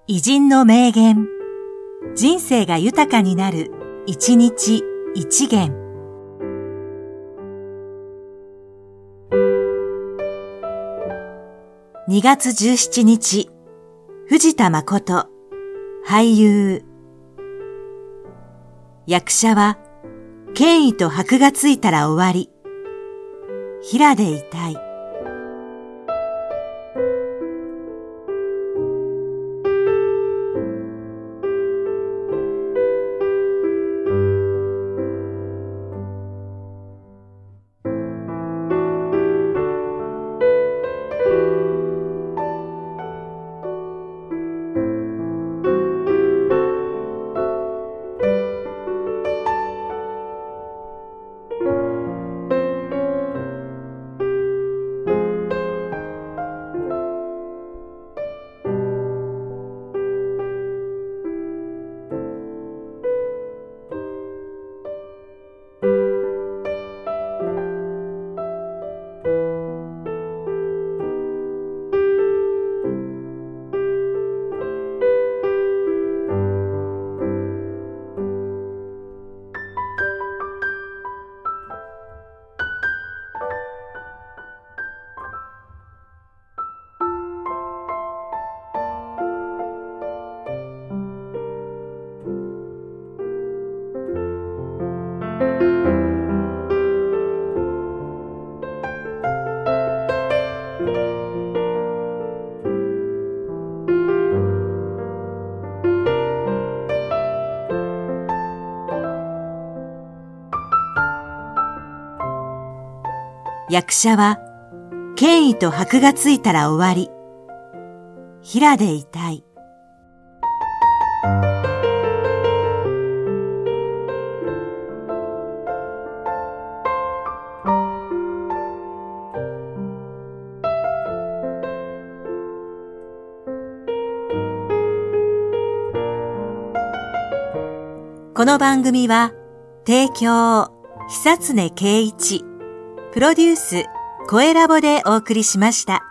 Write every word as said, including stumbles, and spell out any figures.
偉人の名言。人生が豊かになる、一日一元。にがつじゅうしちにち、藤田誠、俳優。役者は、権威と箔がついたら終わり。平でいたい。役者は、権威と箔がついたら終わり。平でいたい。この番組は、提供、久常圭一、プロデュース、声ラボでお送りしました。